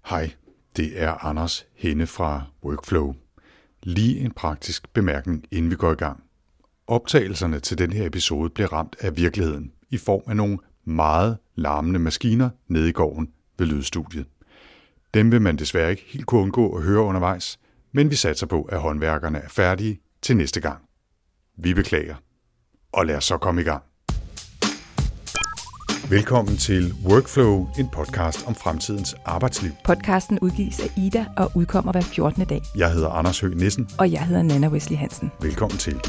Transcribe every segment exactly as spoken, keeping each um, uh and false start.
Hej, det er Anders Henne fra Workflow. Lige en praktisk bemærkning, inden vi går i gang. Optagelserne til den her episode bliver ramt af virkeligheden i form af nogle meget larmende maskiner nede i gården ved lydstudiet. Dem vil man desværre ikke helt kunne undgå at høre undervejs, men vi satser på, at håndværkerne er færdige til næste gang. Vi beklager, og lad os så komme i gang. Velkommen til Workflow, en podcast om fremtidens arbejdsliv. Podcasten udgives af Ida og udkommer hver fjortende dag. Jeg hedder Anders Høgh Nissen. Og jeg hedder Nanna Wesley Hansen. Velkommen til.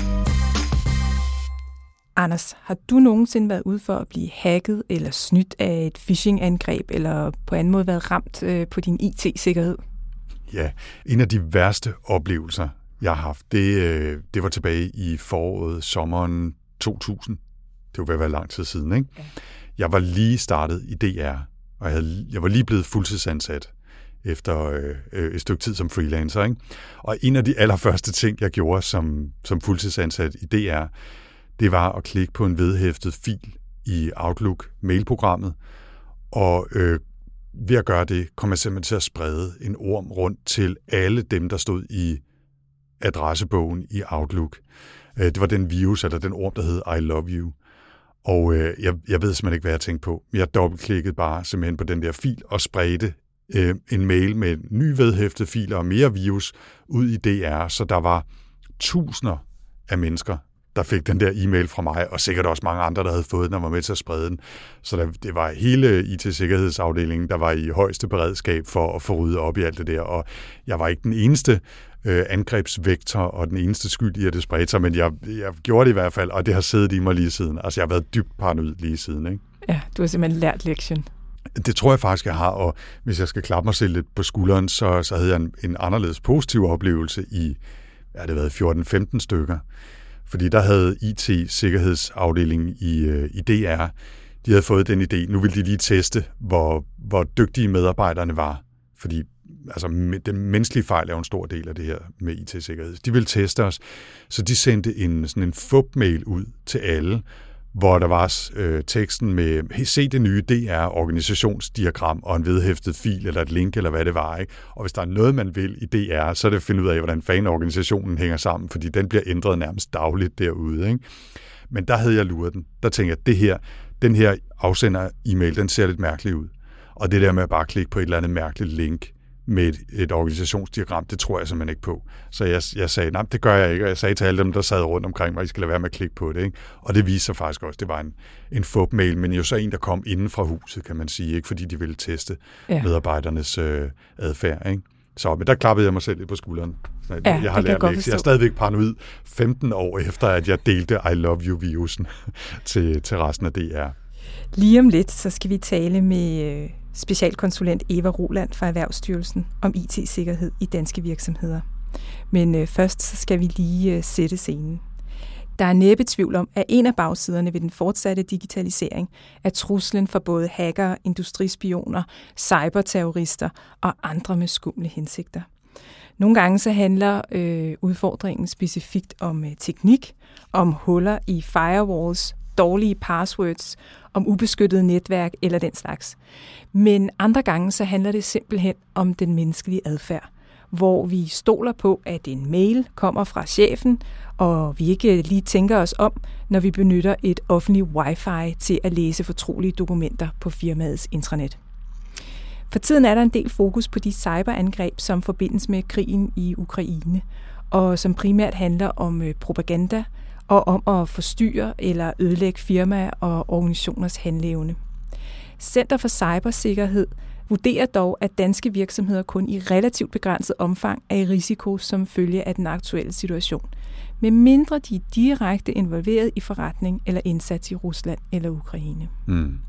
Anders, har du nogensinde været ude for at blive hacket eller snydt af et phishing-angreb, eller på anden måde været ramt øh, på din I T-sikkerhed? Ja, en af de værste oplevelser, jeg har haft, det, øh, det var tilbage i foråret, sommeren to tusind. Det var ved at være lang tid siden, ikke? Ja. Jeg var lige startet i D R, og jeg, havde, jeg var lige blevet fuldtidsansat efter øh, et stykke tid som freelancer, ikke? Og en af de allerførste ting, jeg gjorde som, som fuldtidsansat i D R, det var at klikke på en vedhæftet fil i Outlook-mailprogrammet, og øh, ved at gøre det, kom jeg simpelthen til at sprede en orm rundt til alle dem, der stod i adressebogen i Outlook. Øh, det var den virus, eller den orm, der hed I love you. Og øh, jeg, jeg ved simpelthen ikke, hvad jeg tænkte på. Jeg dobbeltklikkede bare simpelthen på den der fil og spredte øh, en mail med ny vedhæftede filer og mere virus ud i D R, så der var tusinder af mennesker, der fik den der e-mail fra mig, og sikkert også mange andre, der havde fået den og var med til at sprede den. Så der, det var hele I T-sikkerhedsafdelingen, der var i højeste beredskab for at få ryddet op i alt det der, og jeg var ikke den eneste øh, angrebsvektor og den eneste skyld i, at det spredte sig, men jeg, jeg gjorde det i hvert fald, og det har siddet i mig lige siden. Altså, jeg har været dybt paranoid lige siden, ikke? Ja, du har simpelthen lært lektion. Det tror jeg faktisk, jeg har, og hvis jeg skal klappe mig selv lidt på skulderen, så, så havde jeg en, en anderledes positiv oplevelse i, ja, det har været fjorten femten stykker. Fordi der havde I T-sikkerhedsafdelingen i, øh, i D R, de havde fået den idé, nu ville de lige teste, hvor, hvor dygtige medarbejderne var. Fordi altså, den menneskelige fejl er jo en stor del af det her med I T-sikkerhed. De ville teste os, så de sendte en, sådan en fup-mail ud til alle, hvor der var øh, teksten med, hey, se det nye D R-organisationsdiagram og en vedhæftet fil eller et link eller hvad det var, ikke? Og hvis der er noget, man vil i D R, så er det at finde ud af, hvordan fanden organisationen hænger sammen, fordi den bliver ændret nærmest dagligt derude, ikke? Men der havde jeg luret den. Der tænkte jeg, det her, den her afsender-e-mail, den ser lidt mærkelig ud. Og det der med at bare klikke på et eller andet mærkeligt link med et, et organisationsdiagram, det tror jeg simpelthen ikke på. Så jeg, jeg sagde, nej, det gør jeg ikke, og jeg sagde til alle dem, der sad rundt omkring mig, I skal lade være med at klikke på det, ikke? Og det viste sig faktisk også, det var en, en fup-mail, men jo så en, der kom inden fra huset, kan man sige, ikke? Fordi de ville teste ja. medarbejdernes øh, adfærd, ikke? Så, men der klappede jeg mig selv lidt på skulderen. Så, ja, jeg har lært lektier. Jeg er stadigvæk paranoid femten år efter, at jeg delte I love you-virusen til, til resten af D R. Lige om lidt, så skal vi tale med øh, specialkonsulent Eva Roland fra Erhvervsstyrelsen om I T-sikkerhed i danske virksomheder. Men øh, først så skal vi lige øh, sætte scenen. Der er næppe tvivl om, at en af bagsiderne ved den fortsatte digitalisering er truslen for både hackere, industrispioner, cyberterrorister og andre med skumle hensigter. Nogle gange så handler øh, udfordringen specifikt om øh, teknik, om huller i firewalls, dårlige passwords, om ubeskyttet netværk eller den slags. Men andre gange så handler det simpelthen om den menneskelige adfærd, hvor vi stoler på, at en mail kommer fra chefen, og vi ikke lige tænker os om, når vi benytter et offentligt wifi til at læse fortrolige dokumenter på firmaets intranet. For tiden er der en del fokus på de cyberangreb, som forbindes med krigen i Ukraine, og som primært handler om propaganda og om at forstyrre eller ødelægge firmaer og organisationers handleevne. Center for Cybersikkerhed vurderer dog, at danske virksomheder kun i relativt begrænset omfang er i risiko som følge af den aktuelle situation, medmindre de er direkte involveret i forretning eller indsats i Rusland eller Ukraine. Mm.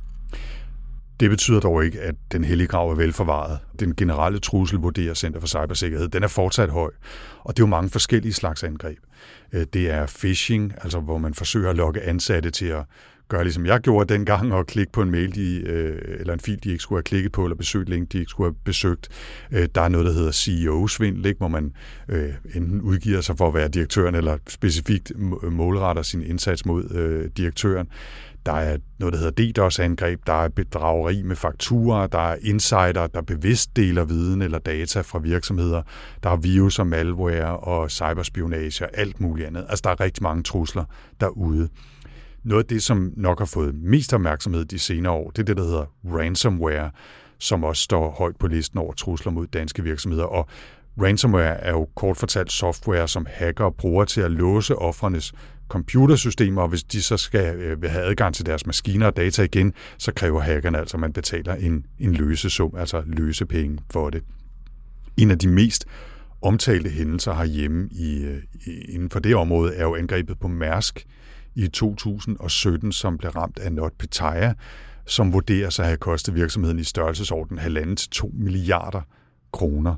Det betyder dog ikke, at den hellige grav er velforvaret. Den generelle trussel, vurderer Center for Cybersikkerhed, den er fortsat høj, og det er jo mange forskellige slags angreb. Det er phishing, altså hvor man forsøger at lokke ansatte til at gøre ligesom jeg gjorde dengang, og klikke på en mail, de, øh, eller en fil, de ikke skulle have klikket på, eller besøgt et link, de ikke skulle have besøgt. Øh, der er noget, der hedder C E O-svindel, ikke? Hvor man øh, enten udgiver sig for at være direktøren, eller specifikt målretter sin indsats mod øh, direktøren. Der er noget, der hedder DDoS-angreb, der er bedrageri med fakturer, der er insider, der bevidst deler viden eller data fra virksomheder, der er virus og malware og cyberspionage og alt muligt andet. Altså, der er rigtig mange trusler derude. Noget af det, som nok har fået mest opmærksomhed de senere år, det er det, der hedder ransomware, som også står højt på listen over trusler mod danske virksomheder. Og ransomware er jo kort fortalt software, som hacker bruger til at låse ofrenes computersystemer, og hvis de så skal øh, have adgang til deres maskiner og data igen, så kræver hackerne altså, at man betaler en, en løsesum, altså løsepenge for det. En af de mest omtalte hændelser herhjemme i, i, inden for det område er jo angrebet på Mærsk i to tusind og sytten, som blev ramt af NotPetya, som vurderes at have kostet virksomheden i størrelsesorden halvanden til to milliarder kroner.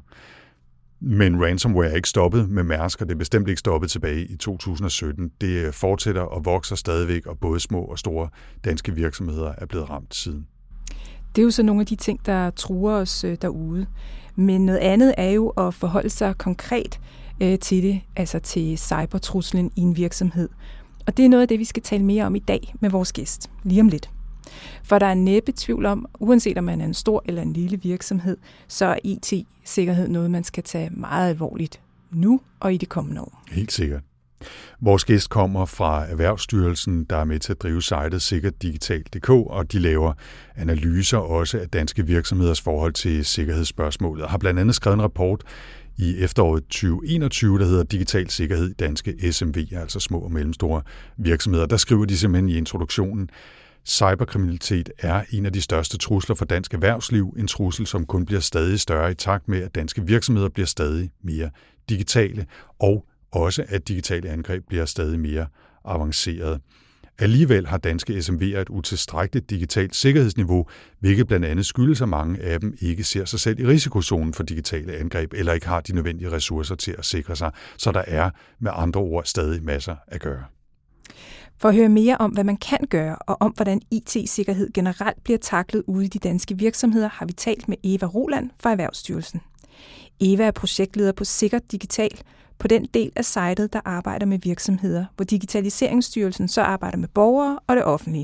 Men ransomware er ikke stoppet med Mærsk, og det er bestemt ikke stoppet tilbage i to tusind og sytten. Det fortsætter og vokser stadigvæk, og både små og store danske virksomheder er blevet ramt siden. Det er jo så nogle af de ting, der truer os derude. Men noget andet er jo at forholde sig konkret øh, til det, altså til cybertruslen i en virksomhed. Og det er noget af det, vi skal tale mere om i dag med vores gæst, lige om lidt. For der er næppe tvivl om, uanset om man er en stor eller en lille virksomhed, så er I T-sikkerhed noget, man skal tage meget alvorligt nu og i de kommende år. Helt sikkert. Vores gæst kommer fra Erhvervsstyrelsen, der er med til at drive sitet sikkert digital punktum d k, og de laver analyser også af danske virksomheders forhold til sikkerhedsspørgsmålet, og har blandt andet skrevet en rapport i efteråret tyve enogtyve, der hedder Digital Sikkerhed i danske S M V'er, altså små og mellemstore virksomheder. Der skriver de simpelthen i introduktionen: cyberkriminalitet er en af de største trusler for dansk erhvervsliv, en trussel, som kun bliver stadig større i takt med, at danske virksomheder bliver stadig mere digitale, og også at digitale angreb bliver stadig mere avanceret. Alligevel har danske S M V'er et utilstrækkeligt digitalt sikkerhedsniveau, hvilket blandt andet skyldes, at mange af dem ikke ser sig selv i risikozonen for digitale angreb, eller ikke har de nødvendige ressourcer til at sikre sig, så der er med andre ord stadig masser at gøre. For at høre mere om, hvad man kan gøre, og om, hvordan I T-sikkerhed generelt bliver taklet ude i de danske virksomheder, har vi talt med Eva Roland fra Erhvervsstyrelsen. Eva er projektleder på Sikkert Digital, på den del af sitet, der arbejder med virksomheder, hvor Digitaliseringsstyrelsen så arbejder med borgere og det offentlige.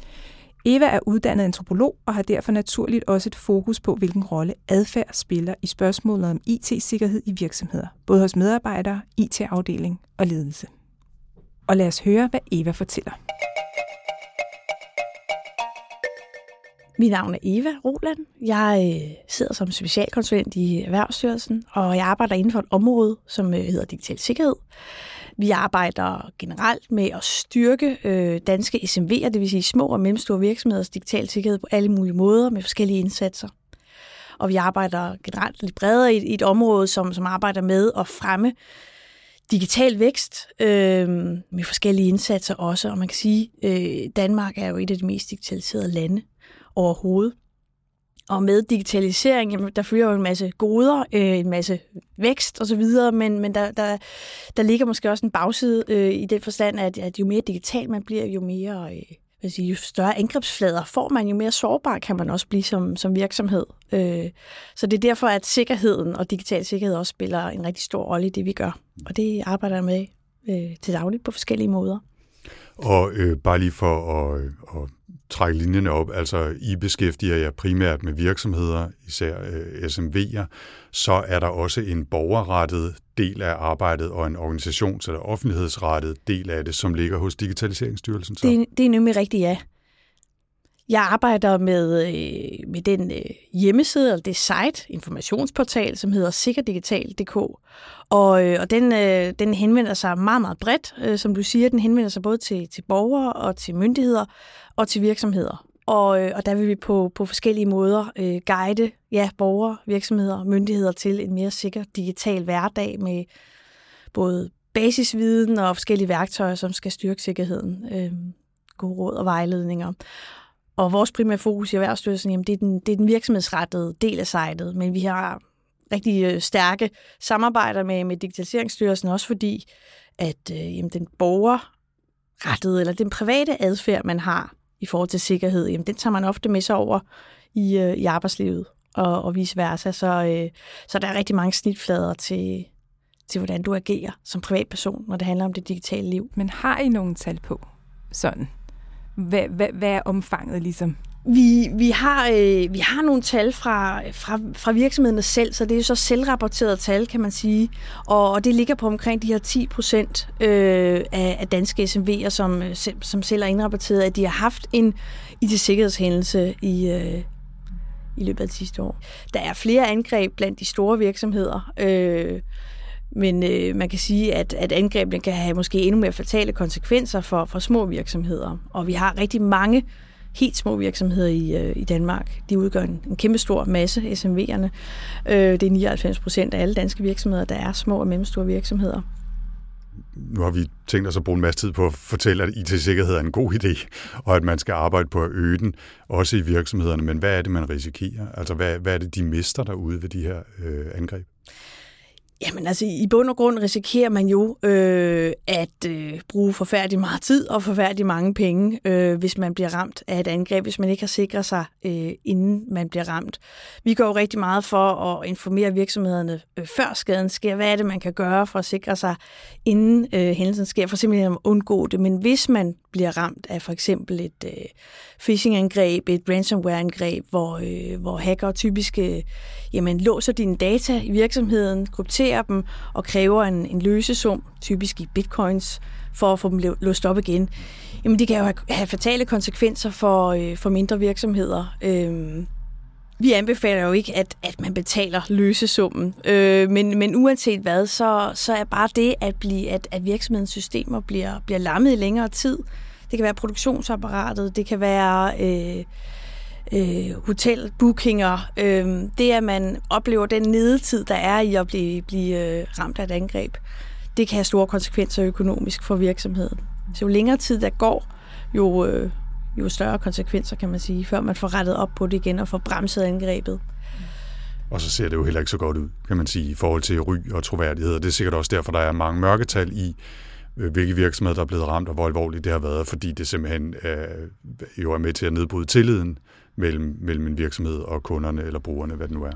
Eva er uddannet antropolog og har derfor naturligt også et fokus på, hvilken rolle adfærd spiller i spørgsmålet om I T-sikkerhed i virksomheder, både hos medarbejdere, I T-afdeling og ledelse. Og lad os høre, hvad Eva fortæller. Mit navn er Eva Roland. Jeg sidder som specialkonsulent i Erhvervsstyrelsen, og jeg arbejder inden for et område, som hedder digital sikkerhed. Vi arbejder generelt med at styrke øh, danske S M V'er, det vil sige små og mellemstore virksomheders digital sikkerhed på alle mulige måder med forskellige indsatser. Og vi arbejder generelt lidt bredere i et, i et område, som, som arbejder med at fremme digital vækst øh, med forskellige indsatser også. Og man kan sige, øh, Danmark er jo et af de mest digitaliserede lande overhovedet. Og med digitalisering, jamen, der følger jo en masse goder, øh, en masse vækst osv., men, men der, der, der ligger måske også en bagside øh, i den forstand, at, at jo mere digital man bliver, jo mere øh, vil sige, jo større angrebsflader får man, jo mere sårbar kan man også blive som, som virksomhed. Øh, så det er derfor, at sikkerheden og digital sikkerhed også spiller en rigtig stor rolle i det, vi gør. Og det arbejder jeg med øh, til dagligt på forskellige måder. Og øh, bare lige for at, at trække linjerne op, altså I beskæftiger jer primært med virksomheder, især øh, S M V'er, så er der også en borgerrettet del af arbejdet og en organisations- eller offentlighedsrettet del af det, som ligger hos Digitaliseringsstyrelsen. Så. Det, det er nemlig rigtigt, ja. Jeg arbejder med, øh, med den øh, hjemmeside, eller det site, informationsportal, som hedder sikkert digital punktum d k. Og, øh, og den, øh, den henvender sig meget, meget bredt. Øh, som du siger, den henvender sig både til, til borgere og til myndigheder og til virksomheder. Og, øh, og der vil vi på, på forskellige måder øh, guide ja, borgere, virksomheder og myndigheder til en mere sikker digital hverdag med både basisviden og forskellige værktøjer, som skal styrke sikkerheden. Øh, gode råd og vejledninger. Og vores primære fokus i Erhvervsstyrelsen, jamen, det, er den, det er den virksomhedsrettede del af sitet, men vi har rigtig stærke samarbejder med, med Digitaliseringsstyrelsen, også fordi at øh, jamen, den borger, rettede, eller den private adfærd, man har i forhold til sikkerhed, jamen, den tager man ofte med sig over i, øh, i arbejdslivet, og, og vice versa. Så, øh, så der er rigtig mange snitflader til, til, hvordan du agerer som privatperson, når det handler om det digitale liv. Men har I nogen tal på sådan? Hvad, hvad, hvad er omfanget ligesom? Vi, vi, har, øh, vi har nogle tal fra, fra, fra virksomhederne selv, så det er jo så selvrapporterede tal, kan man sige. Og, og det ligger på omkring de her ti procent øh, af, af danske S M V'er, som, som selv har indrapporteret, at de har haft en I T-sikkerhedshændelse i, øh, i løbet af de sidste år. Der er flere angreb blandt de store virksomheder, øh, men øh, man kan sige, at, at angrebene kan have måske endnu mere fatale konsekvenser for, for små virksomheder. Og vi har rigtig mange helt små virksomheder i, øh, i Danmark. De udgør en, en kæmpe stor masse S M V'erne. Øh, det er nioghalvfems procent af alle danske virksomheder, der er små og mellemstore virksomheder. Nu har vi tænkt os at bruge en masse tid på at fortælle, at I T-sikkerhed er en god idé, og at man skal arbejde på at øge den, også i virksomhederne. Men hvad er det, man risikerer? Altså, hvad, hvad er det, de mister derude ved de her øh, angreb? Jamen altså, i bund og grund risikerer man jo øh, at øh, bruge forfærdelig meget tid og forfærdelig mange penge, øh, hvis man bliver ramt af et angreb, hvis man ikke har sikret sig, øh, inden man bliver ramt. Vi går jo rigtig meget for at informere virksomhederne, øh, før skaden sker. Hvad er det, man kan gøre for at sikre sig, inden øh, hændelsen sker, for simpelthen at undgå det. Men hvis man bliver ramt af for eksempel et øh, phishing-angreb, et ransomware-angreb, hvor, øh, hvor hacker typisk øh, jamen, låser dine data i virksomheden, krypterer dem og kræver en, en løsesum, typisk i bitcoins, for at få dem låst op igen. Jamen, det kan jo have, have fatale konsekvenser for, øh, for mindre virksomheder. Øh, vi anbefaler jo ikke, at, at man betaler løsesummen, øh, men, men uanset hvad, så, så er bare det, at, blive, at, at virksomhedens systemer bliver, bliver lammet i længere tid. Det kan være produktionsapparatet, det kan være øh, øh, hotelbookinger. Øh, det, at man oplever den nedetid, der er i at blive, blive øh, ramt af et angreb, det kan have store konsekvenser økonomisk for virksomheden. Så jo længere tid der går, jo, øh, jo større konsekvenser, kan man sige, før man får rettet op på det igen og får bremset angrebet. Og så ser det jo heller ikke så godt ud, kan man sige, i forhold til ry og troværdighed. Og det er sikkert også derfor, der er mange mørketal i, hvilke virksomheder, der er blevet ramt, og hvor alvorligt det har været, fordi det simpelthen øh, jo er med til at nedbryde tilliden mellem, mellem en virksomhed og kunderne eller brugerne, hvad det nu er.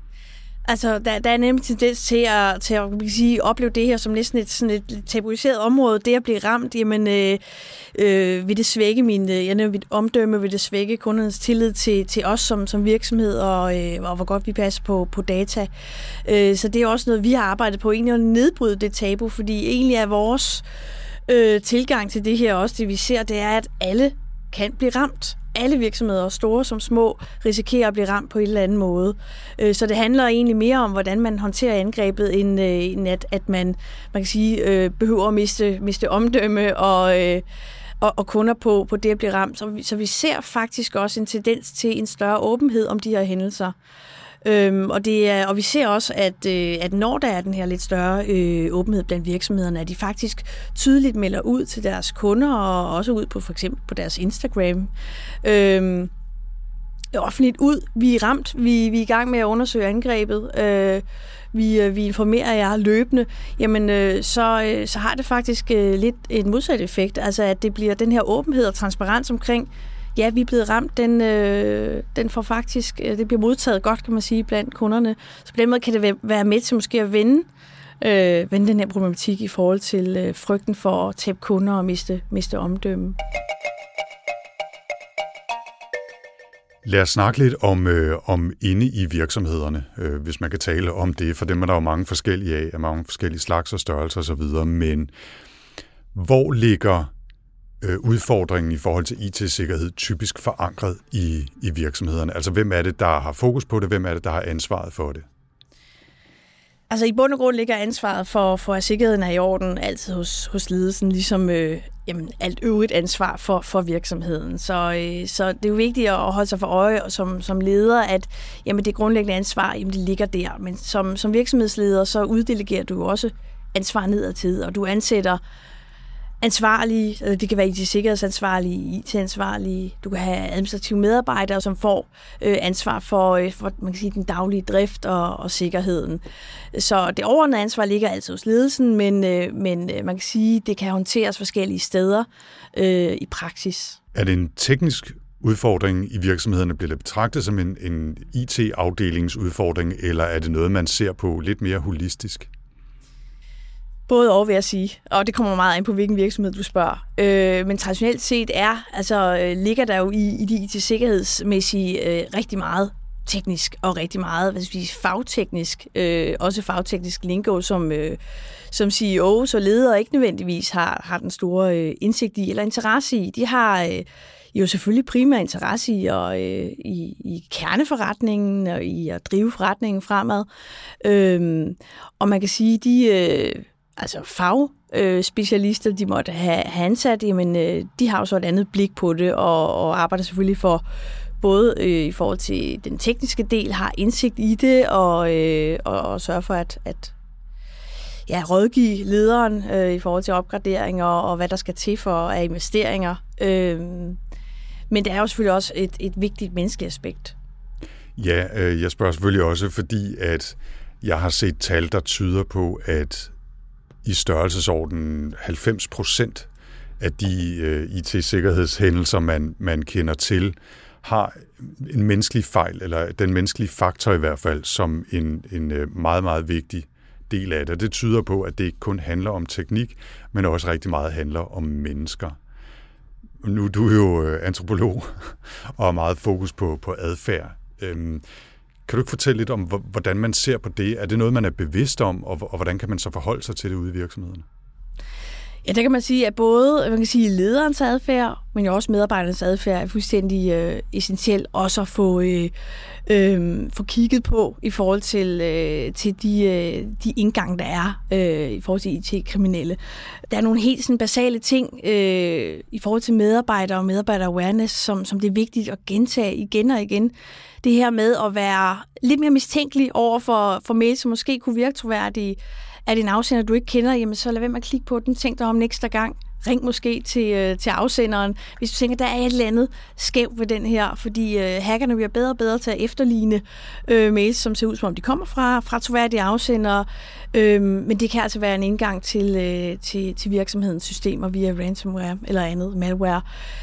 Altså, der, der er nemlig tendens til at, til at kan sige, opleve det her som næsten et, sådan et tabuiseret område. Det at blive ramt, jamen, øh, øh, vil det svække min, jeg nævner, mit omdømme, vil det svække kundernes tillid til, til os som, som virksomhed, og, øh, og hvor godt vi passer på, på data. Øh, så det er også noget, vi har arbejdet på, egentlig at nedbryde det tabu, fordi egentlig er vores øh, tilgang til det her også, det vi ser, det er, at alle kan blive ramt. Alle virksomheder, store som små, risikerer at blive ramt på en eller anden måde. Så det handler egentlig mere om, hvordan man håndterer angrebet, end at, at man, man kan sige, behøver at miste, miste omdømme og, og, og kunder på, på det at blive ramt. Så vi, så vi ser faktisk også en tendens til en større åbenhed om de her hændelser. Øhm, og, det er, og vi ser også, at, øh, at når der er den her lidt større øh, åbenhed blandt virksomhederne, at de faktisk tydeligt melder ud til deres kunder, og også ud på for eksempel på deres Instagram. Øhm, offentligt ud. Vi er ramt. Vi, vi er i gang med at undersøge angrebet. Øh, vi, vi informerer jer løbende. Jamen, øh, så, øh, så har det faktisk øh, lidt en modsat effekt. Altså, at det bliver den her åbenhed og transparens omkring, ja, vi er blevet ramt, den, øh, den får faktisk, det bliver modtaget godt, kan man sige, blandt kunderne. Så på den måde kan det være med til måske at vende, øh, vende den her problematik i forhold til øh, frygten for at tabe kunder og miste, miste omdømme. Lad os snakke lidt om, øh, om inde i virksomhederne, øh, hvis man kan tale om det, for dem er der jo mange forskellige af, af mange forskellige slags og størrelser osv., men hvor ligger udfordringen i forhold til I T-sikkerhed typisk forankret i, i virksomhederne? Altså, hvem er det, der har fokus på det? Hvem er det, der har ansvaret for det? Altså, i bund og grund ligger ansvaret for, for at sikkerheden er i orden altid hos, hos ledelsen, ligesom øh, jamen, alt øvrigt ansvar for, for virksomheden. Så, øh, så det er jo vigtigt at holde sig for øje som, som leder, at jamen, det grundlæggende ansvar, jamen, det ligger der. Men som, som virksomhedsleder, så uddelegerer du også ansvar nedadtil, og du ansætter ansvarlige, altså det kan være I T-sikkerhedsansvarlige, I T-ansvarlige, du kan have administrative medarbejdere, som får øh, ansvar for, øh, for man kan sige, den daglige drift og, og sikkerheden. Så det overordnede ansvar ligger altså hos ledelsen, men, øh, men øh, man kan sige, det kan håndteres forskellige steder øh, i praksis. Er det en teknisk udfordring i virksomhederne, bliver det betragtet som en, en I T-afdelingsudfordring, eller er det noget, man ser på lidt mere holistisk? Både og, vil jeg sige, og det kommer meget an på, hvilken virksomhed du spørger. Øh, men traditionelt set er, altså øh, ligger der jo i, i de I T-sikkerhedsmæssige øh, rigtig meget teknisk og rigtig meget, hvad skal vi sige, fagteknisk, øh, også fagteknisk lingo, som, øh, som C E O og ledere ikke nødvendigvis har, har den store øh, indsigt i eller interesse i. De har øh, jo selvfølgelig primær interesse i, og, øh, i, i kerneforretningen og i at drive forretningen fremad. Øh, og man kan sige, de øh, altså fagspecialister, de måtte have, have ansat, jamen, øh, de har jo så et andet blik på det og, og arbejder selvfølgelig for både øh, i forhold til den tekniske del, har indsigt i det, og, øh, og, og sørge for at, at ja, rådgive lederen øh, i forhold til opgraderinger og, og hvad der skal til for af investeringer. Øh, men det er jo selvfølgelig også et, et vigtigt menneskeligt aspekt. Ja, øh, jeg spørger selvfølgelig også, fordi at jeg har set tal, der tyder på, at i størrelsesordenen halvfems procent af de øh, I T-sikkerhedshændelser, man, man kender til, har en menneskelig fejl, eller den menneskelige faktor i hvert fald, som en, en meget, meget vigtig del af det. Det tyder på, at det ikke kun handler om teknik, men også rigtig meget handler om mennesker. Nu du er jo antropolog og har meget fokus på, på adfærd. Øhm, kan du ikke fortælle lidt om, hvordan man ser på det? Er det noget, man er bevidst om, og, og hvordan kan man så forholde sig til det ude i virksomhederne? Ja, der kan man sige, at både man kan sige, lederens adfærd, men jo også medarbejdernes adfærd er fuldstændig øh, essentielt også at få, øh, øh, få kigget på i forhold til, øh, til de, øh, de indgang, der er øh, i forhold til I T-kriminelle. Der er nogle helt sådan, basale ting øh, i forhold til medarbejdere og medarbejder-awareness, som, som det er vigtigt at gentage igen og igen. Det her med at være lidt mere mistænkelig over for, for mails, som måske kunne virke troværdige. Er det en afsender, du ikke kender, jamen så lad være med at klikke på den. Tænk dig om en ekstra gang. Ring måske til, øh, til afsenderen, hvis du tænker, der er et eller andet skævt ved den her, fordi øh, hackerne bliver bedre og bedre til at efterligne øh, mails, som ser ud som om de kommer fra, fra troværdige afsendere. Øh, men det kan altså være en indgang til, øh, til, til virksomhedens systemer via ransomware eller andet malware.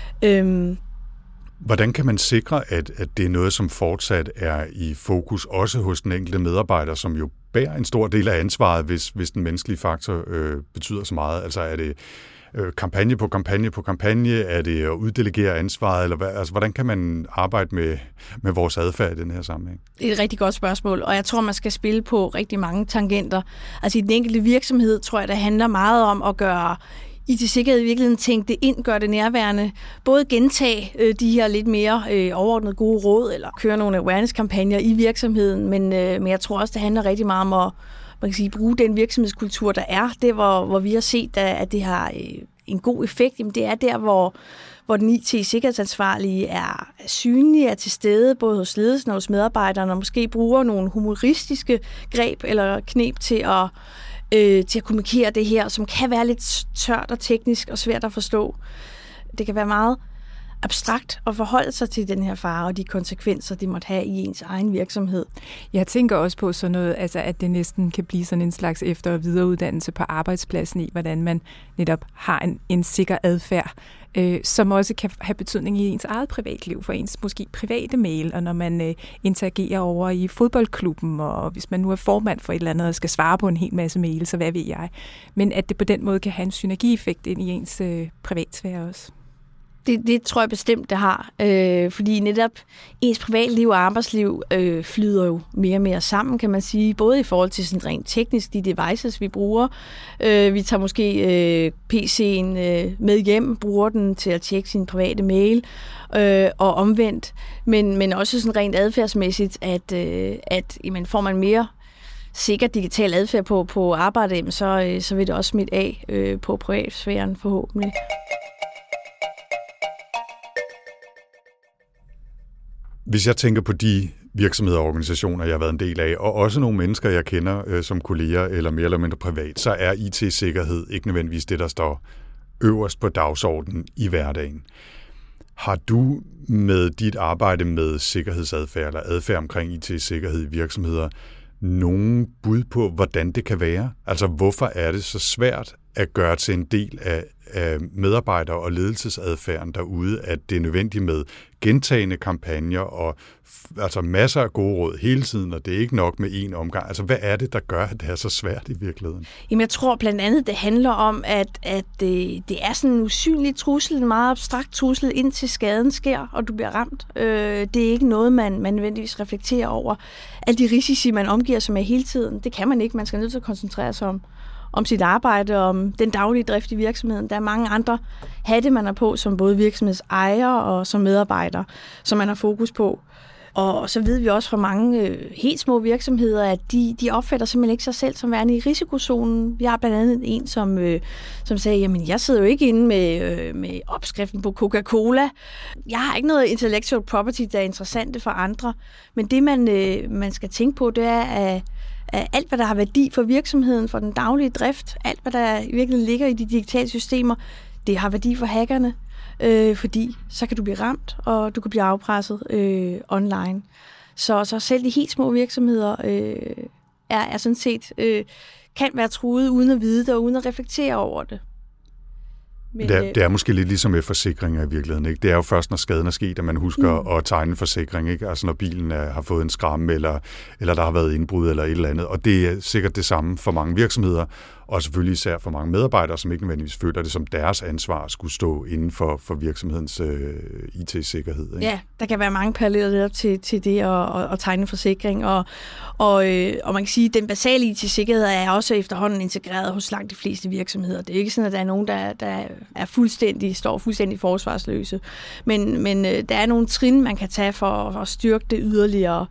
Øh, Hvordan kan man sikre, at, at det er noget, som fortsat er i fokus, også hos den enkelte medarbejder, som jo bærer en stor del af ansvaret, hvis, hvis den menneskelige faktor øh, betyder så meget? Altså er det øh, kampagne på kampagne på kampagne? Er det at uddelegere ansvaret? Eller hvad? Altså, hvordan kan man arbejde med, med vores adfærd i den her sammenhæng? Det er et rigtig godt spørgsmål, og jeg tror, man skal spille på rigtig mange tangenter. Altså i den enkelte virksomhed, tror jeg, det handler meget om at gøre I T-sikkerhed i virkeligheden tænke det ind, gøre det nærværende. Både gentage øh, de her lidt mere øh, overordnet gode råd, eller køre nogle awareness-kampagner i virksomheden, men, øh, men jeg tror også, det handler rigtig meget om at man kan sige, bruge den virksomhedskultur, der er. Det, hvor, hvor vi har set, at det har øh, en god effekt, jamen, det er der, hvor, hvor den I T-sikkerhedsansvarlige er synlig, er til stede, både hos ledelsen og hos medarbejderne, og måske bruger nogle humoristiske greb eller knep til at Øh, til at kommunikere det her, som kan være lidt tørt og teknisk og svært at forstå. Det kan være meget abstrakt at forholde sig til den her fare og de konsekvenser, det måtte have i ens egen virksomhed. Jeg tænker også på sådan noget, altså at det næsten kan blive sådan en slags efter- og videreuddannelse på arbejdspladsen i, hvordan man netop har en, en sikker adfærd, øh, som også kan have betydning i ens eget privatliv, for ens måske private mail, og når man øh, interagerer over i fodboldklubben, og hvis man nu er formand for et eller andet og skal svare på en hel masse mail, så hvad ved jeg. Men at det på den måde kan have en synergieffekt ind i ens øh, privatsfære også. Det, det tror jeg bestemt, det har. Øh, fordi netop ens privatliv og arbejdsliv øh, flyder jo mere og mere sammen, kan man sige. Både i forhold til sådan rent teknisk, de devices, vi bruger. Øh, vi tager måske øh, P C'en øh, med hjem, bruger den til at tjekke sin private mail, øh, og omvendt. Men, men også sådan rent adfærdsmæssigt, at, øh, at jamen, får man mere sikker digital adfærd på, på arbejdet, så, øh, så vil det også smitte af øh, på privatsfæren forhåbentlig. Hvis jeg tænker på de virksomheder og organisationer, jeg har været en del af, og også nogle mennesker, jeg kender øh, som kolleger eller mere eller mindre privat, så er I T-sikkerhed ikke nødvendigvis det, der står øverst på dagsordenen i hverdagen. Har du med dit arbejde med sikkerhedsadfærd eller adfærd omkring I T-sikkerhed i virksomheder nogen bud på, hvordan det kan være? Altså, hvorfor er det så svært at gøre til en del af, af medarbejder- og ledelsesadfærden derude, at det er nødvendigt med gentagende kampagner og altså masser af gode råd hele tiden, og det er ikke nok med én omgang. Altså, hvad er det, der gør, at det er så svært i virkeligheden? Jamen, jeg tror blandt andet, det handler om, at, at det, det er sådan en usynlig trussel, en meget abstrakt trussel, indtil skaden sker, og du bliver ramt. Øh, det er ikke noget, man, man nødvendigvis reflekterer over. Alle de risici, man omgiver sig med hele tiden, det kan man ikke. Man skal nødt til at koncentrere sig om om sit arbejde, om den daglige drift i virksomheden. Der er mange andre hatte, man er på, som både virksomhedsejer og som medarbejder, som man har fokus på. Og så ved vi også fra mange øh, helt små virksomheder, at de, de opfatter simpelthen ikke sig selv som værende i risikozonen. Vi har blandt andet en, som, øh, som sagde, jamen jeg sidder jo ikke inde med, øh, med opskriften på Coca-Cola. Jeg har ikke noget intellectual property, der er interessante for andre. Men det, man, øh, man skal tænke på, det er, at alt, hvad der har værdi for virksomheden, for den daglige drift, alt, hvad der virkelig ligger i de digitale systemer, det har værdi for hackerne, øh, fordi så kan du blive ramt, og du kan blive afpresset øh, online. Så, så selv de helt små virksomheder øh, er, er sådan set, øh, kan være truet uden at vide det, og uden at reflektere over det. Men, det, er, det er måske lidt ligesom med forsikringer i virkeligheden, ikke? Det er jo først, når skaden er sket, at man husker mm. at tegne en forsikring, ikke? Altså når bilen er, har fået en skram, eller, eller der har været indbrud, eller et eller andet. Og det er sikkert det samme for mange virksomheder, og selvfølgelig især for mange medarbejdere, som ikke nødvendigvis føler det som deres ansvar at skulle stå inden for, for virksomhedens øh, I T-sikkerhed. Ikke? Ja, der kan være mange paralleller til, til det at, at, at tegne en forsikring, og, og, øh, og man kan sige, at den basale I T-sikkerhed er også efterhånden integreret hos langt de fleste virksomheder. Det er ikke sådan, at der er nogen, der, der er fuldstændig, står fuldstændig forsvarsløse, men, men øh, der er nogle trin, man kan tage for, for at styrke det yderligere.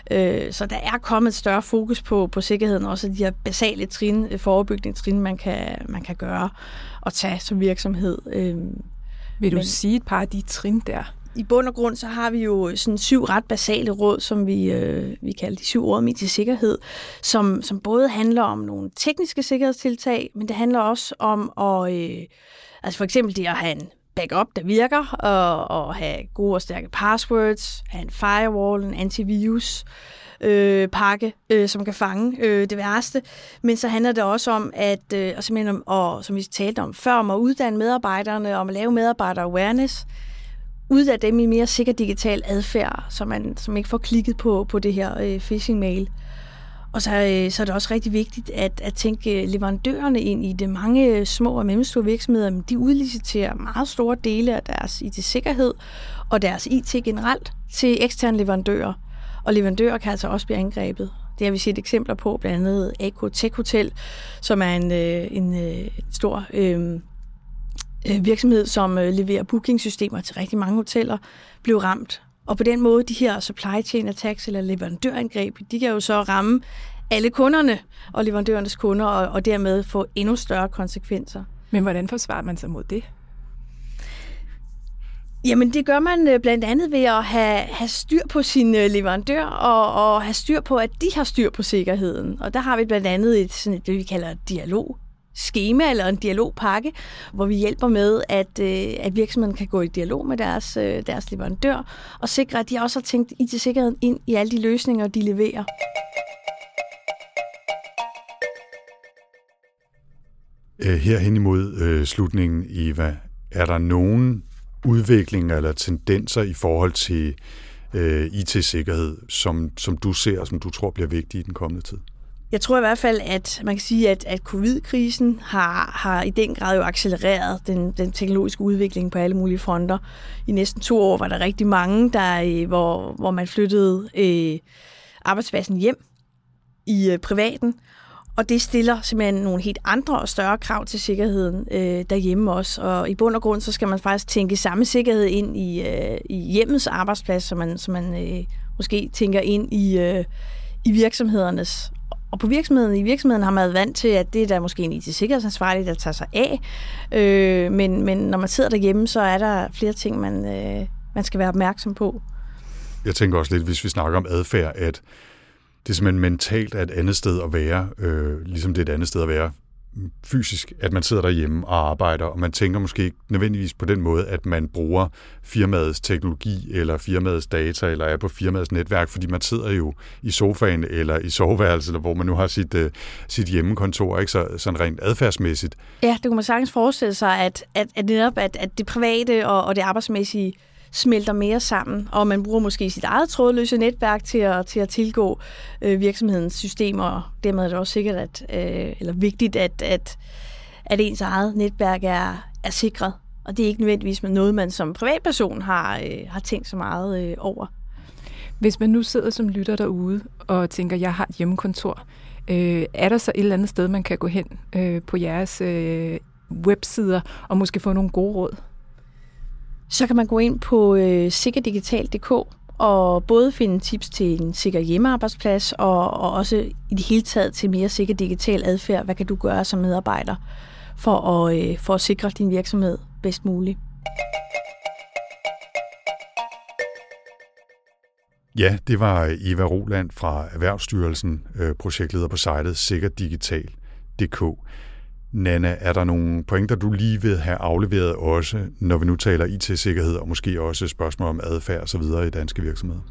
Så der er kommet et større fokus på, på sikkerheden, også de her basale trin, forebyggende trin, man kan, man kan gøre og tage som virksomhed. Vil du Men, sige et par af de trin der? I bund og grund så har vi jo sådan syv ret basale råd, som vi, øh, vi kalder de syv råd om I T-sikkerhed, som, som både handler om nogle tekniske sikkerhedstiltag, men det handler også om at, øh, altså for eksempel det at have en backup, der virker, og, og have gode og stærke passwords, have en firewall, en antivirus øh, pakke, øh, som kan fange øh, det værste. Men så handler det også om, at, øh, og simpelthen om, og, som vi talte om før, om at uddanne medarbejderne, om at lave medarbejder-awareness, uddanne dem i mere sikker digital adfærd, så man som ikke får klikket på, på det her øh, phishing-mail. Og så, så er det også rigtig vigtigt at, at tænke leverandørerne ind i det. Mange små og mellemstore virksomheder, de udliciterer meget store dele af deres I T-sikkerhed og deres I T generelt til eksterne leverandører. Og leverandører kan altså også blive angrebet. Det har vi set eksempler på, blandt andet A K Tech Hotel, som er en, en, en stor øh, virksomhed, som leverer bookingsystemer til rigtig mange hoteller, blev ramt. Og på den måde, de her supply chain attacks eller leverandørangreb, de kan jo så ramme alle kunderne og leverandørernes kunder, og, og dermed få endnu større konsekvenser. Men hvordan forsvarer man sig mod det? Jamen, det gør man blandt andet ved at have, have styr på sin leverandør, og, og have styr på, at de har styr på sikkerheden. Og der har vi blandt andet et, sådan et det, vi kalder dialog. Skema eller en dialogpakke, hvor vi hjælper med, at, øh, at virksomheden kan gå i dialog med deres, øh, deres leverandør og sikre, at de også har tænkt I T-sikkerheden ind i alle de løsninger, de leverer. Her hen imod øh, slutningen, Eva, er der nogen udviklinger eller tendenser i forhold til øh, I T-sikkerhed, som, som du ser og som du tror bliver vigtige i den kommende tid? Jeg tror i hvert fald, at man kan sige, at, at covid-krisen har, har i den grad jo accelereret den, den teknologiske udvikling på alle mulige fronter. I næsten to år var der rigtig mange, der, hvor, hvor man flyttede øh, arbejdspladsen hjem i øh, privaten, og det stiller simpelthen nogle helt andre og større krav til sikkerheden øh, derhjemme også. Og i bund og grund, så skal man faktisk tænke samme sikkerhed ind i, øh, i hjemmets arbejdsplads, som man, som man øh, måske tænker ind i, øh, i virksomhedernes. Og på virksomheden, i virksomheden har man været vant til, at det er der måske en I T-sikkerhedsansvarlig, der tager sig af. Øh, men, men når man sidder derhjemme, så er der flere ting, man, øh, man skal være opmærksom på. Jeg tænker også lidt, hvis vi snakker om adfærd, at det simpelthen mentalt er et andet sted at være, øh, ligesom det er et andet sted at være fysisk, at man sidder derhjemme og arbejder, og man tænker måske ikke nødvendigvis på den måde, at man bruger firmaets teknologi eller firmaets data eller er på firmaets netværk, fordi man sidder jo i sofaen eller i soveværelset, eller hvor man nu har sit, uh, sit hjemmekontor, ikke? Så, sådan rent adfærdsmæssigt. Ja, det kunne man sagtens forestille sig, at, at, at, netop, at, at det private og, og det arbejdsmæssige smelter mere sammen, og man bruger måske sit eget trådløse netværk til at, til at tilgå øh, virksomhedens systemer, og dermed er det også sikkert, at, øh, eller vigtigt, at, at, at ens eget netværk er, er sikret, og det er ikke nødvendigvis med noget, man som privatperson har, øh, har tænkt så meget øh, over. Hvis man nu sidder som lytter derude og tænker, jeg har et hjemmekontor, øh, er der så et eller andet sted, man kan gå hen øh, på jeres øh, websider og måske få nogle gode råd? Så kan man gå ind på øh, sikkerdigital punktum d k og både finde tips til en sikker hjemmearbejdsplads og, og også i det hele taget til mere sikker digital adfærd. Hvad kan du gøre som medarbejder for at, øh, for at sikre din virksomhed bedst muligt? Ja, det var Eva Roland fra Erhvervsstyrelsen, øh, projektleder på sitet sikkerdigital punktum d k. Nanna, er der nogle pointer, du lige vil have afleveret også, når vi nu taler I T-sikkerhed, og måske også spørgsmål om adfærd og så videre i danske virksomheder?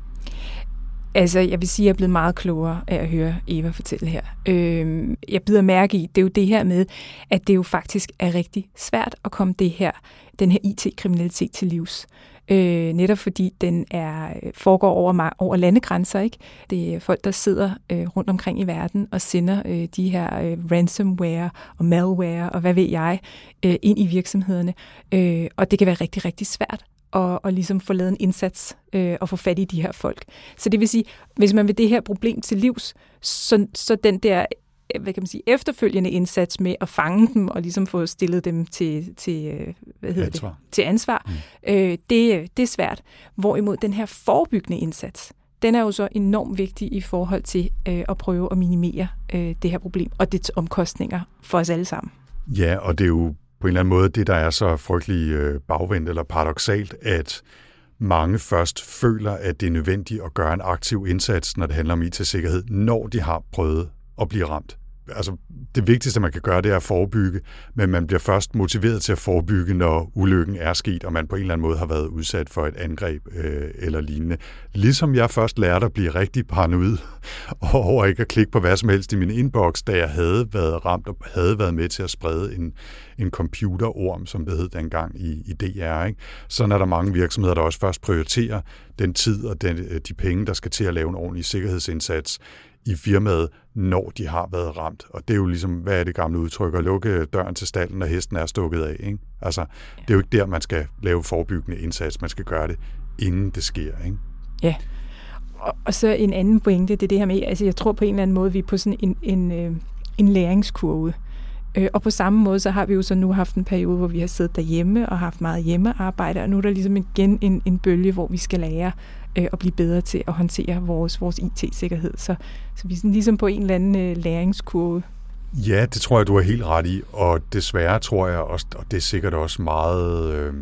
Altså, jeg vil sige, at jeg er blevet meget klogere af at høre Eva fortælle her. Øh, jeg bider mærke i, det er jo det her med, at det jo faktisk er rigtig svært at komme det her, den her I T-kriminalitet til livs. Øh, netop fordi den er foregår over, over landegrænser, ikke? Det er folk, der sidder øh, rundt omkring i verden og sender øh, de her øh, ransomware og malware og hvad ved jeg øh, ind i virksomhederne. Øh, og det kan være rigtig, rigtig svært at, at ligesom få lavet en indsats øh, og få fat i de her folk. Så det vil sige, hvis man vil det her problem til livs, så, så den der hvad kan man sige, efterfølgende indsats med at fange dem og ligesom få stillet dem til, til, hvad hedder ansvar. Det? til ansvar, mm. øh, det, det er svært. Hvorimod den her forebyggende indsats, den er jo så enormt vigtig i forhold til øh, at prøve at minimere øh, det her problem og dets omkostninger for os alle sammen. Ja, og det er jo på en eller anden måde det, der er så frygtelig øh, bagvendt eller paradoksalt, at mange først føler, at det er nødvendigt at gøre en aktiv indsats, når det handler om I T-sikkerhed, når de har prøvet at blive ramt. Altså, det vigtigste, man kan gøre, det er at forebygge, men man bliver først motiveret til at forebygge, når ulykken er sket, og man på en eller anden måde har været udsat for et angreb øh, eller lignende. Ligesom jeg først lærte at blive rigtig paranoid over ikke at klikke på hvad som helst i min inbox, da jeg havde været ramt og havde været med til at sprede en, en computerorm, som det hed dengang i, i D R. Ikke? Sådan er der mange virksomheder, der også først prioriterer den tid og den, de penge, der skal til at lave en ordentlig sikkerhedsindsats i firmaet, når de har været ramt. Og det er jo ligesom, hvad er det gamle udtryk, at lukke døren til stalden, når hesten er stukket af. Ikke? Altså, ja. Det er jo ikke der, man skal lave forebyggende indsats. Man skal gøre det, inden det sker. Ikke? Ja, og, og så en anden pointe, det er det her med, altså jeg tror på en eller anden måde, vi er på sådan en, en, en, en læringskurve. Og på samme måde, så har vi jo så nu haft en periode, hvor vi har siddet derhjemme og haft meget hjemmearbejde, og nu er der ligesom igen en, en bølge, hvor vi skal lære øh, at blive bedre til at håndtere vores, vores I T-sikkerhed. Så, så vi er sådan ligesom på en eller anden øh, læringskurve. Ja, det tror jeg, du er helt ret i, og desværre tror jeg også, og det er sikkert også meget øh,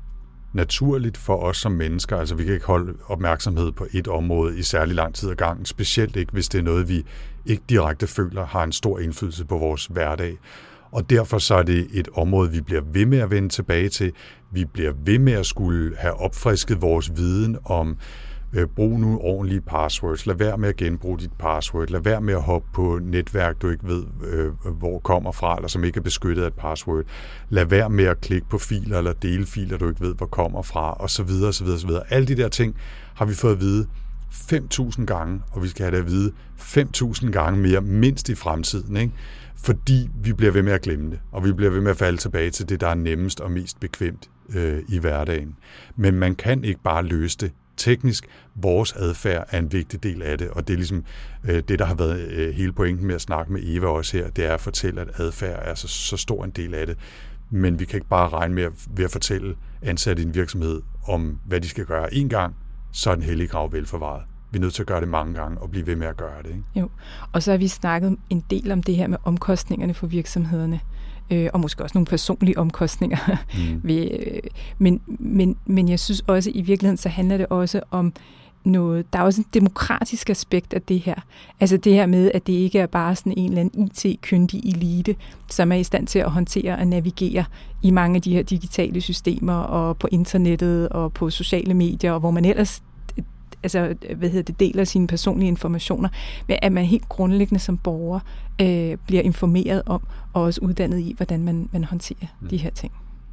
naturligt for os som mennesker, altså vi kan ikke holde opmærksomhed på et område i særlig lang tid ad gangen, specielt ikke, hvis det er noget, vi ikke direkte føler har en stor indflydelse på vores hverdag. Og derfor så er det et område, vi bliver ved med at vende tilbage til. Vi bliver ved med at skulle have opfrisket vores viden om, øh, brug nu ordentlige passwords, lad være med at genbruge dit password, lad være med at hoppe på netværk, du ikke ved, øh, hvor kommer fra, eller som ikke er beskyttet af et password. Lad være med at klikke på filer eller dele filer, du ikke ved, hvor kommer fra, og så videre, så videre, så videre. Alle de der ting har vi fået at vide fem tusind gange, og vi skal have det at vide fem tusind gange mere, mindst i fremtiden, ikke? Fordi vi bliver ved med at glemme det, og vi bliver ved med at falde tilbage til det, der er nemmest og mest bekvemt øh, i hverdagen. Men man kan ikke bare løse det teknisk. Vores adfærd er en vigtig del af det, og det er ligesom øh, det, der har været øh, hele pointen med at snakke med Eva også her, det er at fortælle, at adfærd er så, så stor en del af det. Men vi kan ikke bare regne med at, ved at fortælle ansatte i en virksomhed om, hvad de skal gøre én gang, så er den hellige grav velforvaret. Vi er nødt til at gøre det mange gange og blive ved med at gøre det. Ikke? Jo, og så har vi snakket en del om det her med omkostningerne for virksomhederne, øh, og måske også nogle personlige omkostninger. Mm. ved, øh, men, men, men jeg synes også, i virkeligheden, så handler det også om noget, der er også en demokratisk aspekt af det her. Altså det her med, at det ikke er bare sådan en eller anden I T-kyndig elite, som er i stand til at håndtere og navigere i mange af de her digitale systemer og på internettet og på sociale medier, og hvor man ellers altså, hvad hedder det, deler sine personlige informationer, men at man helt grundlæggende som borger øh, bliver informeret om og også uddannet i, hvordan man, man håndterer mm. de her ting.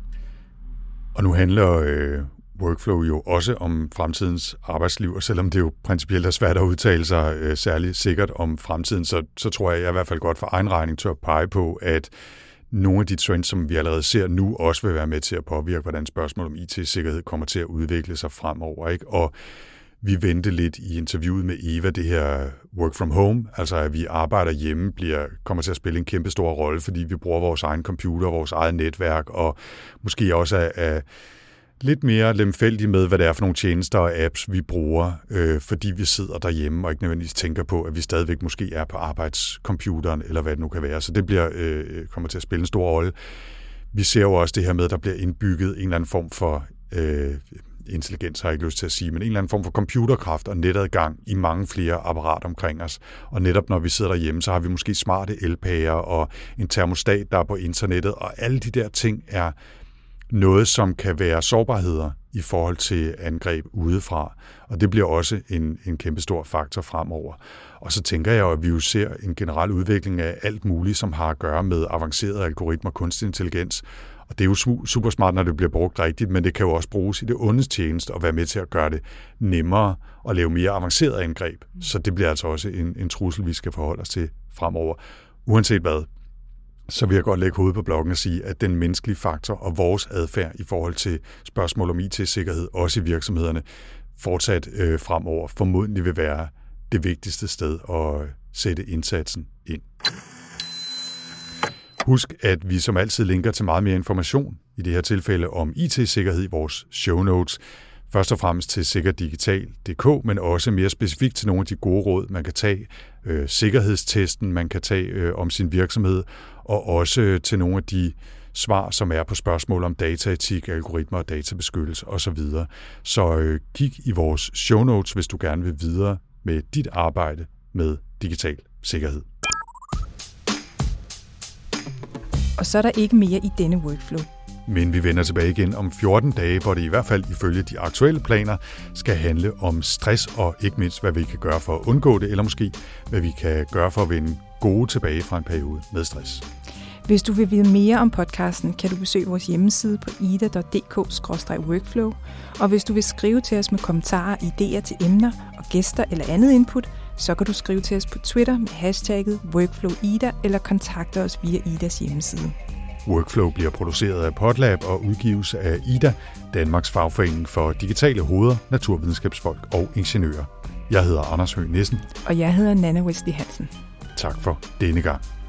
Og nu handler øh, Workflow jo også om fremtidens arbejdsliv, og selvom det jo principielt er svært at udtale sig øh, særligt sikkert om fremtiden, så, så tror jeg, jeg i hvert fald godt for egen regning til at pege på, at nogle af de trends, som vi allerede ser nu, også vil være med til at påvirke, hvordan spørgsmål om I T-sikkerhed kommer til at udvikle sig fremover, ikke? Og vi vendte lidt i interviewet med Eva, det her work from home, altså at vi arbejder hjemme, bliver, kommer til at spille en kæmpe stor rolle, fordi vi bruger vores egen computer, vores eget netværk, og måske også er, er lidt mere lemfældige med, hvad det er for nogle tjenester og apps, vi bruger, øh, fordi vi sidder derhjemme og ikke nødvendigvis tænker på, at vi stadigvæk måske er på arbejdscomputeren, eller hvad det nu kan være. Så det bliver, øh, kommer til at spille en stor rolle. Vi ser jo også det her med, at der bliver indbygget en eller anden form for øh, intelligens har jeg ikke lyst til at sige, men en eller anden form for computerkraft og netadgang i mange flere apparater omkring os. Og netop når vi sidder derhjemme, så har vi måske smarte elpærer og en termostat, der er på internettet, og alle de der ting er noget, som kan være sårbarheder i forhold til angreb udefra. Og det bliver også en, en kæmpe stor faktor fremover. Og så tænker jeg, at vi jo ser en generel udvikling af alt muligt, som har at gøre med avancerede algoritmer og kunstig intelligens. Og det er jo super smart, når det bliver brugt rigtigt, men det kan jo også bruges i det ondes tjeneste og være med til at gøre det nemmere og lave mere avancerede angreb. Så det bliver altså også en, en trussel, vi skal forholde os til fremover. Uanset hvad, så vil jeg godt lægge hovedet på blokken og sige, at den menneskelige faktor og vores adfærd i forhold til spørgsmål om I T-sikkerhed, også i virksomhederne, fortsat øh, fremover formodentlig vil være det vigtigste sted at sætte indsatsen ind. Husk, at vi som altid linker til meget mere information, i det her tilfælde om I T-sikkerhed i vores show notes. Først og fremmest til sikkerdigital punktum d k, men også mere specifikt til nogle af de gode råd, man kan tage. Øh, sikkerhedstesten, man kan tage øh, om sin virksomhed, og også til nogle af de svar, som er på spørgsmål om dataetik, algoritmer og databeskyttelse osv. Så øh, kig i vores show notes, hvis du gerne vil videre med dit arbejde med digital sikkerhed. Og så er der ikke mere i denne workflow. Men vi vender tilbage igen om fjorten dage, hvor det i hvert fald ifølge de aktuelle planer skal handle om stress og ikke mindst, hvad vi kan gøre for at undgå det, eller måske hvad vi kan gøre for at vende gode tilbage fra en periode med stress. Hvis du vil vide mere om podcasten, kan du besøge vores hjemmeside på ida punktum d k skråstreg workflow. Og hvis du vil skrive til os med kommentarer, idéer til emner og gæster eller andet input, så kan du skrive til os på Twitter med hashtagget WorkflowIda eller kontakte os via Idas hjemmeside. Workflow bliver produceret af Podlab og udgives af Ida, Danmarks fagforening for digitale hoveder, naturvidenskabsfolk og ingeniører. Jeg hedder Anders Høgh Nissen. Og jeg hedder Nanna Wesley Hansen. Tak for denne gang.